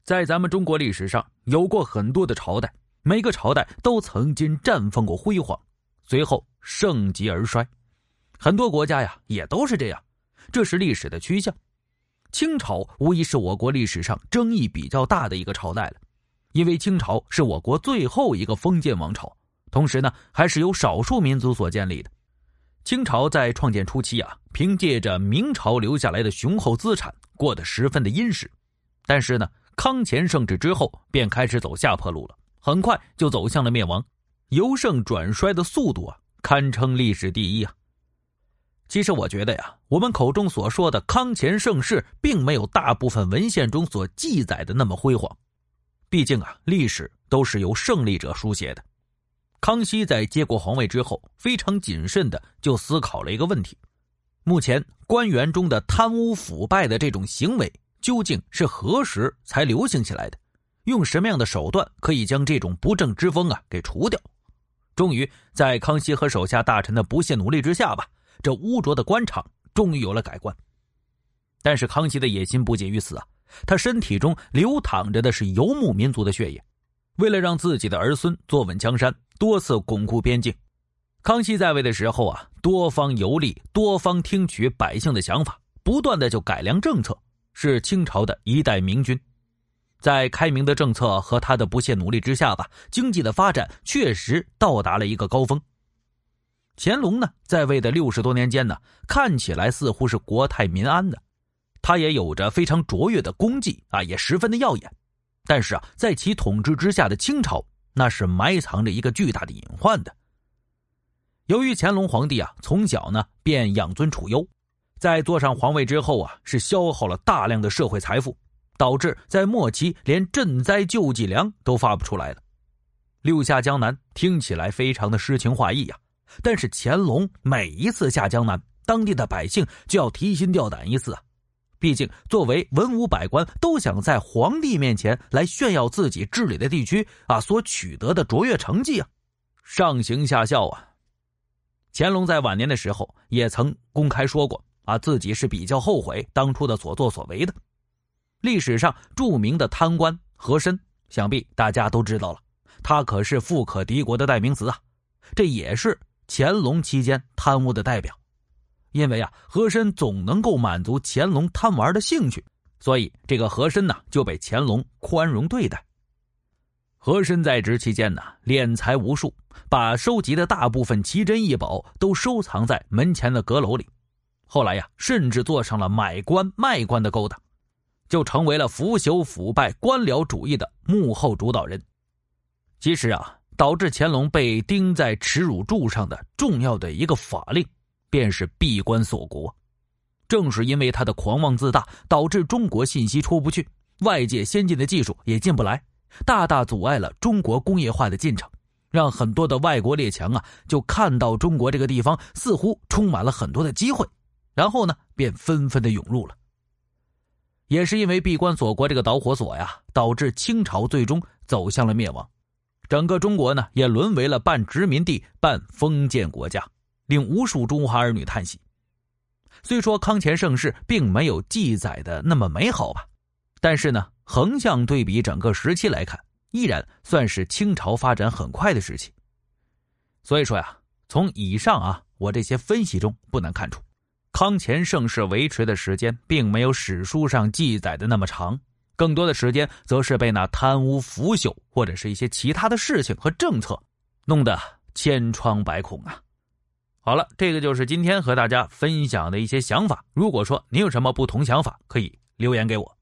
在咱们中国历史上有过很多的朝代，每个朝代都曾经绽放过辉煌，随后盛极而衰。很多国家呀也都是这样，这是历史的趋向。清朝无疑是我国历史上争议比较大的一个朝代了，因为清朝是我国最后一个封建王朝，同时呢还是由少数民族所建立的。清朝在创建初期啊，凭借着明朝留下来的雄厚资产，过得十分的殷实。但是呢，康乾盛世之后便开始走下坡路了，很快就走向了灭亡，由盛转衰的速度啊，堪称历史第一啊。其实我觉得呀，我们口中所说的康乾盛世，并没有大部分文献中所记载的那么辉煌。毕竟啊，历史都是由胜利者书写的。康熙在接过皇位之后，非常谨慎的就思考了一个问题：目前官员中的贪污腐败的这种行为，究竟是何时才流行起来的？用什么样的手段可以将这种不正之风啊给除掉？终于在康熙和手下大臣的不懈努力之下吧，这污浊的官场终于有了改观。但是康熙的野心不仅于此啊，他身体中流淌着的是游牧民族的血液。为了让自己的儿孙坐稳江山，多次巩固边境，康熙在位的时候啊，多方游历，多方听取百姓的想法，不断的就改良政策，是清朝的一代明君。在开明的政策和他的不懈努力之下吧，经济的发展确实到达了一个高峰。乾隆呢，在位的60多年间呢，看起来似乎是国泰民安的，他也有着非常卓越的功绩啊，也十分的耀眼。但是啊，在其统治之下的清朝，那是埋藏着一个巨大的隐患的。由于乾隆皇帝啊，从小呢便养尊处优，在坐上皇位之后啊，是消耗了大量的社会财富，导致在末期连赈灾救济粮都发不出来了。六下江南听起来非常的诗情画意啊，但是乾隆每一次下江南，当地的百姓就要提心吊胆一次啊。毕竟作为文武百官，都想在皇帝面前来炫耀自己治理的地区啊所取得的卓越成绩啊，上行下效啊。乾隆在晚年的时候也曾公开说过啊，自己是比较后悔当初的所作所为的。历史上著名的贪官和珅，想必大家都知道了，他可是富可敌国的代名词啊，这也是乾隆期间贪污的代表。因为啊，和珅总能够满足乾隆贪玩的兴趣，所以这个和珅呢就被乾隆宽容对待。和珅在职期间呢，敛财无数，把收集的大部分奇珍异宝都收藏在门前的阁楼里。后来呀，甚至做上了买官卖官的勾当，就成为了腐朽腐败官僚主义的幕后主导人。其实啊，导致乾隆被钉在耻辱柱上的重要的一个法令，便是闭关锁国。正是因为他的狂妄自大，导致中国信息出不去，外界先进的技术也进不来，大大阻碍了中国工业化的进程，让很多的外国列强啊，就看到中国这个地方似乎充满了很多的机会，然后呢便纷纷的涌入了。也是因为闭关锁国这个导火索呀，导致清朝最终走向了灭亡，整个中国呢也沦为了半殖民地半封建国家，令无数中华儿女叹息。虽说康乾盛世并没有记载的那么美好吧，但是呢，横向对比整个时期来看，依然算是清朝发展很快的时期。所以说呀，从以上啊我这些分析中不难看出，康乾盛世维持的时间并没有史书上记载的那么长，更多的时间则是被那贪污腐朽或者是一些其他的事情和政策弄得千疮百孔啊。好了，这个就是今天和大家分享的一些想法，如果说你有什么不同想法，可以留言给我。